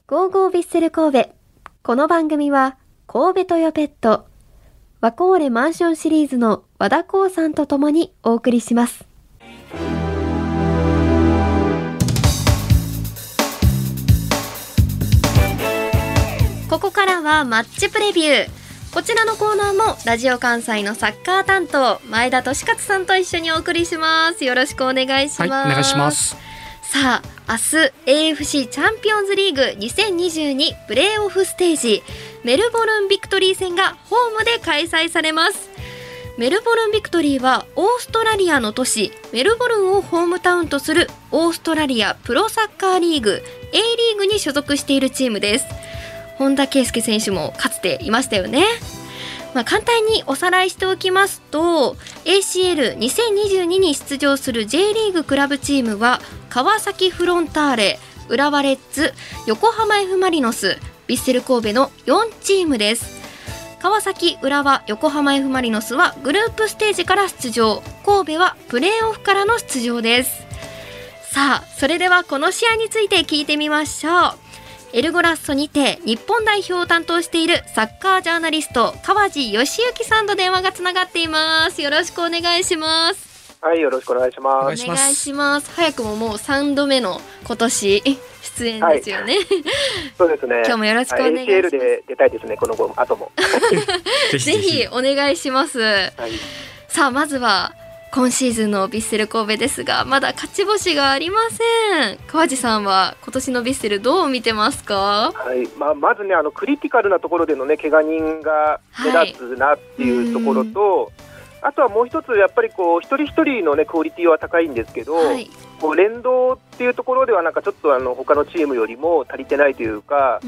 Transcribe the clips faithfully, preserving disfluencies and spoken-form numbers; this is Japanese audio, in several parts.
ゴーゴービッセル神戸。この番組は神戸トヨペット、ワコーレマンションシリーズの和田光さんと共にお送りします。ここからはマッチプレビュー。こちらのコーナーもラジオ関西のサッカー担当前田利勝さんと一緒にお送りします。よろしくお願いします。 はい、お願いします。 さあ、明日 エーエフシー チャンピオンズリーグにせんにじゅうにプレーオフステージメルボルンビクトリー戦がホームで開催されます。メルボルンビクトリーはオーストラリアの都市メルボルンをホームタウンとするオーストラリアプロサッカーリーグ A リーグに所属しているチームです。本田圭佑選手もかつていましたよね。まあ、簡単におさらいしておきますと エーシーエルにせんにじゅうに に出場する J リーグクラブチームは川崎フロンターレ、浦和レッズ、横浜 F マリノス、ヴィッセル神戸のよんチームです。川崎、浦和、横浜 F マリノスはグループステージから出場、神戸はプレーオフからの出場です。さあ、それではこの試合について聞いてみましょう。エルゴラッソにて日本代表を担当しているサッカージャーナリスト川地義行さんと電話がつながっています。よろしくお願いします。 はい、よろしくお願いします。 お願いします。早くももうさんどめの今年出演ですよね、はい、 そうですね。 今日もよろしくお願いします。 エーシーエルで出たいですね、この後もぜひお願いします、はい、さあ、まずは今シーズンのヴィッセル神戸ですが、まだ勝ち星がありません。川地さんは今年のヴィッセルどう見てますか？ はい、まあ、まずね、あのクリティカルなところでのね、怪我人が目立つなっていうところと、はい、あとはもう一つやっぱりこう一人一人のねクオリティは高いんですけど、はい、こう連動っていうところではなんかちょっとあの他のチームよりも足りてないというか、うん、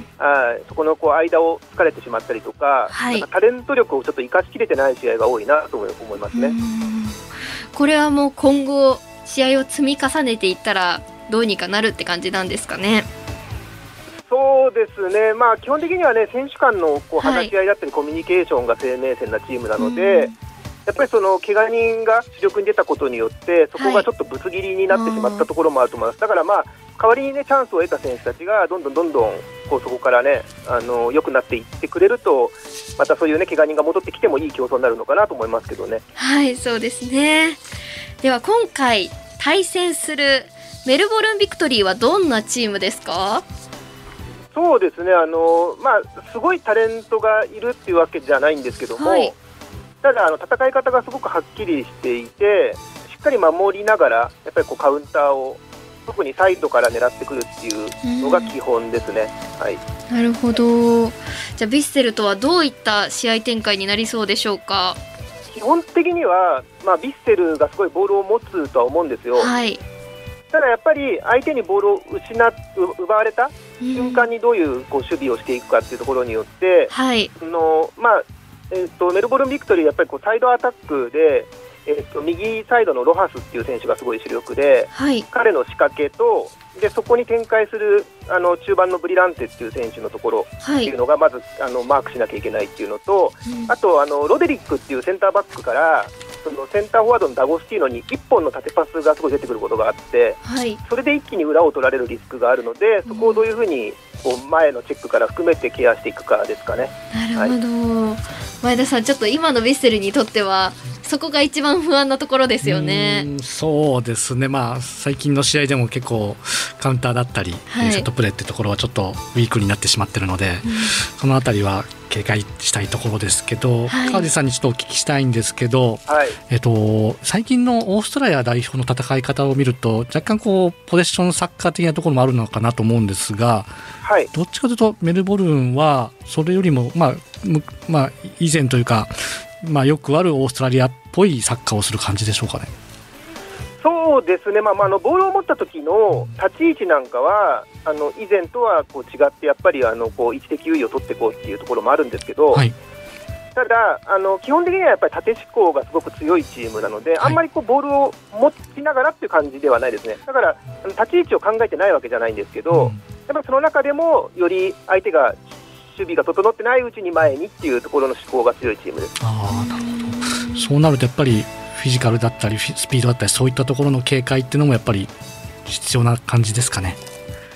あそこのこう間を突かれてしまったりとか、はい、なんかタレント力をちょっと生かしきれてない試合が多いなと思いますね。 これはもう今後試合を積み重ねていったらどうにかなるって感じなんですかね？ そうですね、まあ、基本的にはね、選手間のこう話し合いだったりコミュニケーションが生命線なチームなので、やっぱりその怪我人が主力に出たことによってそこがちょっとぶつ切りになってしまったところもあると思います。だからまあ代わりにねチャンスを得た選手たちがどんどんどんどんこうそこからねあの良くなっていってくれると、またそういうね怪我人が戻ってきてもいい競争になるのかなと思いますけどね。 はい、そうですね。では今回対戦するメルボルンビクトリーはどんなチームですか？ そうですね、あの、まあ、すごいタレントがいるっていうわけじゃないんですけども、はい、ただあの戦い方がすごくはっきりしていて、しっかり守りながらやっぱりこうカウンターを特にサイドから狙ってくるっていうのが基本ですね、はい、 なるほど。じゃあヴィッセルとはどういった試合展開になりそうでしょうか？ 基本的には、まあ、ヴィッセルがすごいボールを持つとは思うんですよ、はい、ただやっぱり相手にボールを失っ奪われた瞬間にどういうこう守備をしていくかっていうところによって、はい、のまあえー、とメルボルンビクトリーやっぱりこうサイドアタックで、えー、と右サイドのロハスっていう選手がすごい主力で、はい、彼の仕掛けとでそこに展開するあの中盤のブリランテっていう選手のところっていうのがまず、はい、あのマークしなきゃいけないっていうのと、うん、あとあのロデリックっていうセンターバックからそのセンターフォワードのダゴスティーノにいっぽんの縦パスがすごい出てくることがあって、はい、それで一気に裏を取られるリスクがあるので、そこをどういうふうにこう前のチェックから含めてケアしていくかですかね。 なるほど、はい、前田さん、ちょっと今のヴィッセルにとってはそこが一番不安なところですよね。 うん、そうですね、まあ、最近の試合でも結構カウンターだったり、はい、セットプレーってところはちょっとウィークになってしまってるので、うん、そのあたりは警戒したいところですけど、はい、川地さんにちょっとお聞きしたいんですけど、はい、えっと、最近のオーストラリア代表の戦い方を見ると若干こうポゼッションサッカー的なところもあるのかなと思うんですが、はい、どっちかというとメルボルンはそれよりも、まあまあ、以前というか、まあ、よくあるオーストラリアっぽいサッカーをする感じでしょうかね。 そうですね、まあまあ、あのボールを持った時の立ち位置なんかはあの以前とはこう違ってやっぱりあのこう位置的優位を取っていこうっていうところもあるんですけど、はい、ただあの基本的にはやっぱり縦思考がすごく強いチームなので、はい、あんまりこうボールを持ちながらっていう感じではないですね。だから立ち位置を考えてないわけじゃないんですけど、うん、やっぱりその中でもより相手が守備が整ってないうちに前にっていうところの思考が強いチームです。 あ、なるほど。そうなるとやっぱりフィジカルだったりスピードだったりそういったところの警戒っていうのもやっぱり必要な感じですかね。 そ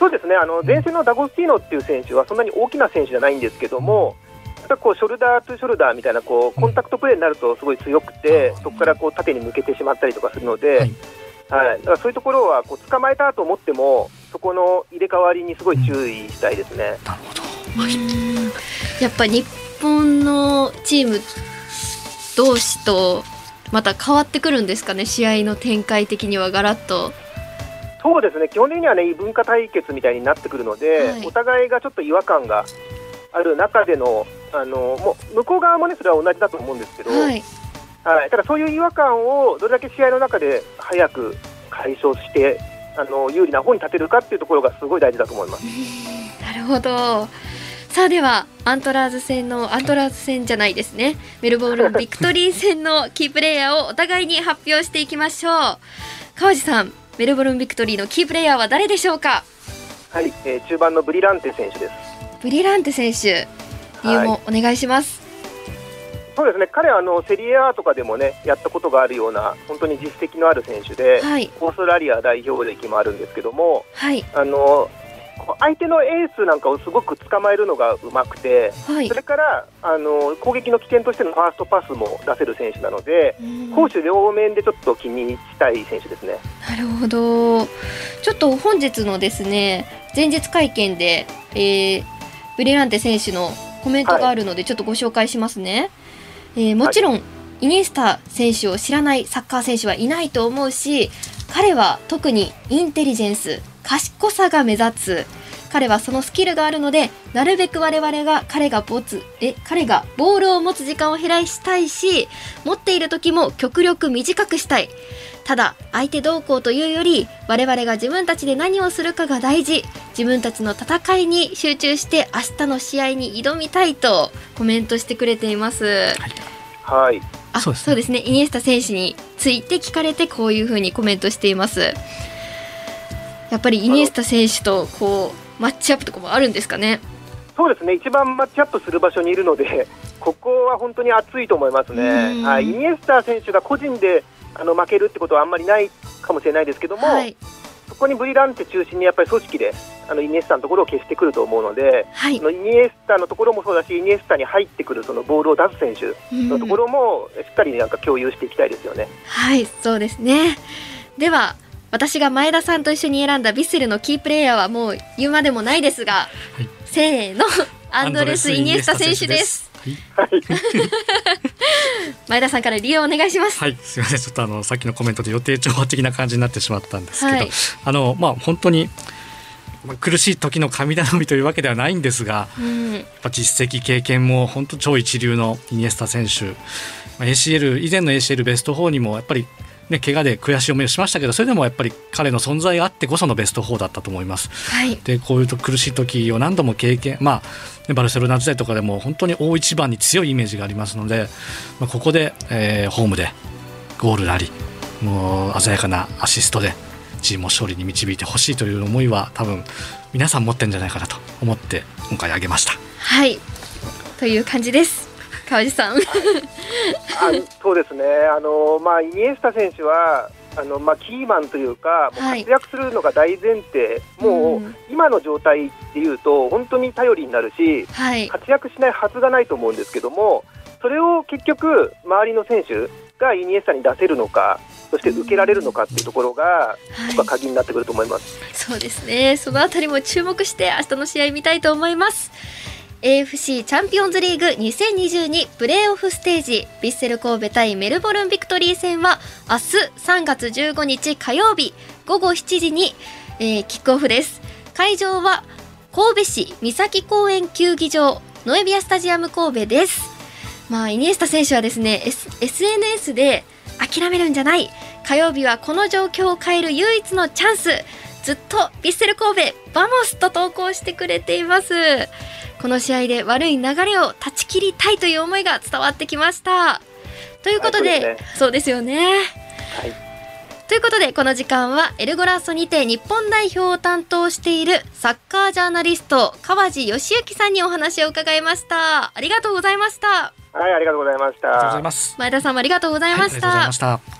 そうですね、あの前線のダゴスティーノっていう選手はそんなに大きな選手じゃないんですけども、やっぱこうショルダートゥショルダーみたいなこうコンタクトプレーになるとすごい強くて、うん、そこからこう縦に向けてしまったりとかするので、はいはい、だからそういうところはこう捕まえたと思ってもそこの入れ替わりにすごい注意したいですね、 うん、なるほど、はい、 やっぱ日本のチーム同士とまた変わってくるんですかね、試合の展開的にはガラッと。 そうですね、基本的にはね異文化対決みたいになってくるので、はい、お互いがちょっと違和感がある中での、あのもう向こう側もねそれは同じだと思うんですけど、はいはい、ただそういう違和感をどれだけ試合の中で早く解消してあの有利な方に立てるかっていうところがすごい大事だと思います。 なるほど。さあではアントラーズ戦のアントラーズ戦じゃないですねメルボルンビクトリー戦のキープレイヤーをお互いに発表していきましょう。川地さん、メルボルンビクトリーのキープレイヤーは誰でしょうか？ はい、えー、中盤のブリランテ選手です。 ブリランテ選手、理由もお願いします。 はい、そうですね、彼はあのセリエ A とかでもねやったことがあるような本当に実績のある選手で、はい、オーストラリア代表歴もあるんですけども、はい、あの相手のエースなんかをすごく捕まえるのがうまくて、はい、それからあの攻撃の起点としてのファーストパスも出せる選手なので、攻守両面でちょっと気にしたい選手ですね。 なるほど。ちょっと本日のですね前日会見で、えー、ブリランテ選手のコメントがあるのでちょっとご紹介しますね。はい、えー、もちろん、はい、イニエスタ選手を知らないサッカー選手はいないと思うし、彼は特にインテリジェンス、賢さが目立つ。彼はそのスキルがあるので、なるべく我々が彼が持つえ彼がボールを持つ時間を減らしたいし、持っている時も極力短くしたい。ただ相手動向というより我々が自分たちで何をするかが大事。自分たちの戦いに集中して明日の試合に挑みたいとコメントしてくれています。 はい、 あ、そうですね、そうですね、イニエスタ選手について聞かれてこういうふうにコメントしています。やっぱりイニエスタ選手とこうマッチアップとかもあるんですかね？ そうですね、一番マッチアップする場所にいるのでここは本当に熱いと思いますね。はい、イニエスタ選手が個人であの負けるってことはあんまりないかもしれないですけども、はい、そこにブリランテ中心にやっぱり組織であのイニエスタのところを消してくると思うので、はい、そのイニエスタのところもそうだしイニエスタに入ってくるそのボールを出す選手のところもしっかりなんか共有していきたいですよね。 はい、そうですね。では私が前田さんと一緒に選んだヴィッセルのキープレイヤーはもう言うまでもないですが、はい、せーのアンドレス・イニエスタ選手です。はい、前田さんから理由をお願いします。 はい、すみません、ちょっとあのさっきのコメントで予定調和的な感じになってしまったんですけど、はい、あのまあ本当に苦しい時の神頼みというわけではないんですが、うん、やっぱ実績経験も本当超一流のイニエスタ選手、まあ、エーシーエル 以前の エーシーエル ベストよんにもやっぱりね、怪我で悔しい思いをしましたけど、それでもやっぱり彼の存在があってこそのベストよんだったと思います。はい、でこういうと苦しい時を何度も経験、まあね、バルセロナ時代とかでも本当に大一番に強いイメージがありますので、まあ、ここで、えー、ホームでゴールなりもう鮮やかなアシストでチームを勝利に導いてほしいという思いは多分皆さん持ってるんじゃないかなと思って今回挙げました。 はい、という感じです。川地さん。あそうですね、あの、まあ、イニエスタ選手はあの、まあ、キーマンというかもう活躍するのが大前提、はい、もう今の状態っていうと本当に頼りになるし、はい、活躍しないはずがないと思うんですけども、それを結局周りの選手がイニエスタに出せるのか、そして受けられるのかっていうところが僕は鍵になってくると思います。 はい、そうですね、そのあたりも注目して明日の試合見たいと思います。エーエフシー チャンピオンズリーグにせんにじゅうにプレーオフステージ、ヴィッセル神戸対メルボルンビクトリー戦は明日さんがつじゅうごにち火曜日ごごしちじに、えー、キックオフです。会場は神戸市三崎公園球技場ノエビアスタジアム神戸です。まあ、イニエスタ選手はですね、S、エスエヌエス で諦めるんじゃない、火曜日はこの状況を変える唯一のチャンス、ずっとヴィッセル神戸バモスと投稿してくれています。この試合で悪い流れを断ち切りたいという思いが伝わってきました。ということで、はい、そうですね、そうですよね。はい、ということでこの時間はエルゴラッソにて日本代表を担当しているサッカージャーナリスト川地義行さんにお話を伺いました。ありがとうございました。 はい、ありがとうございました。 ありがとうございます。 前田さんもありがとうございました。 はい、ありがとうございました。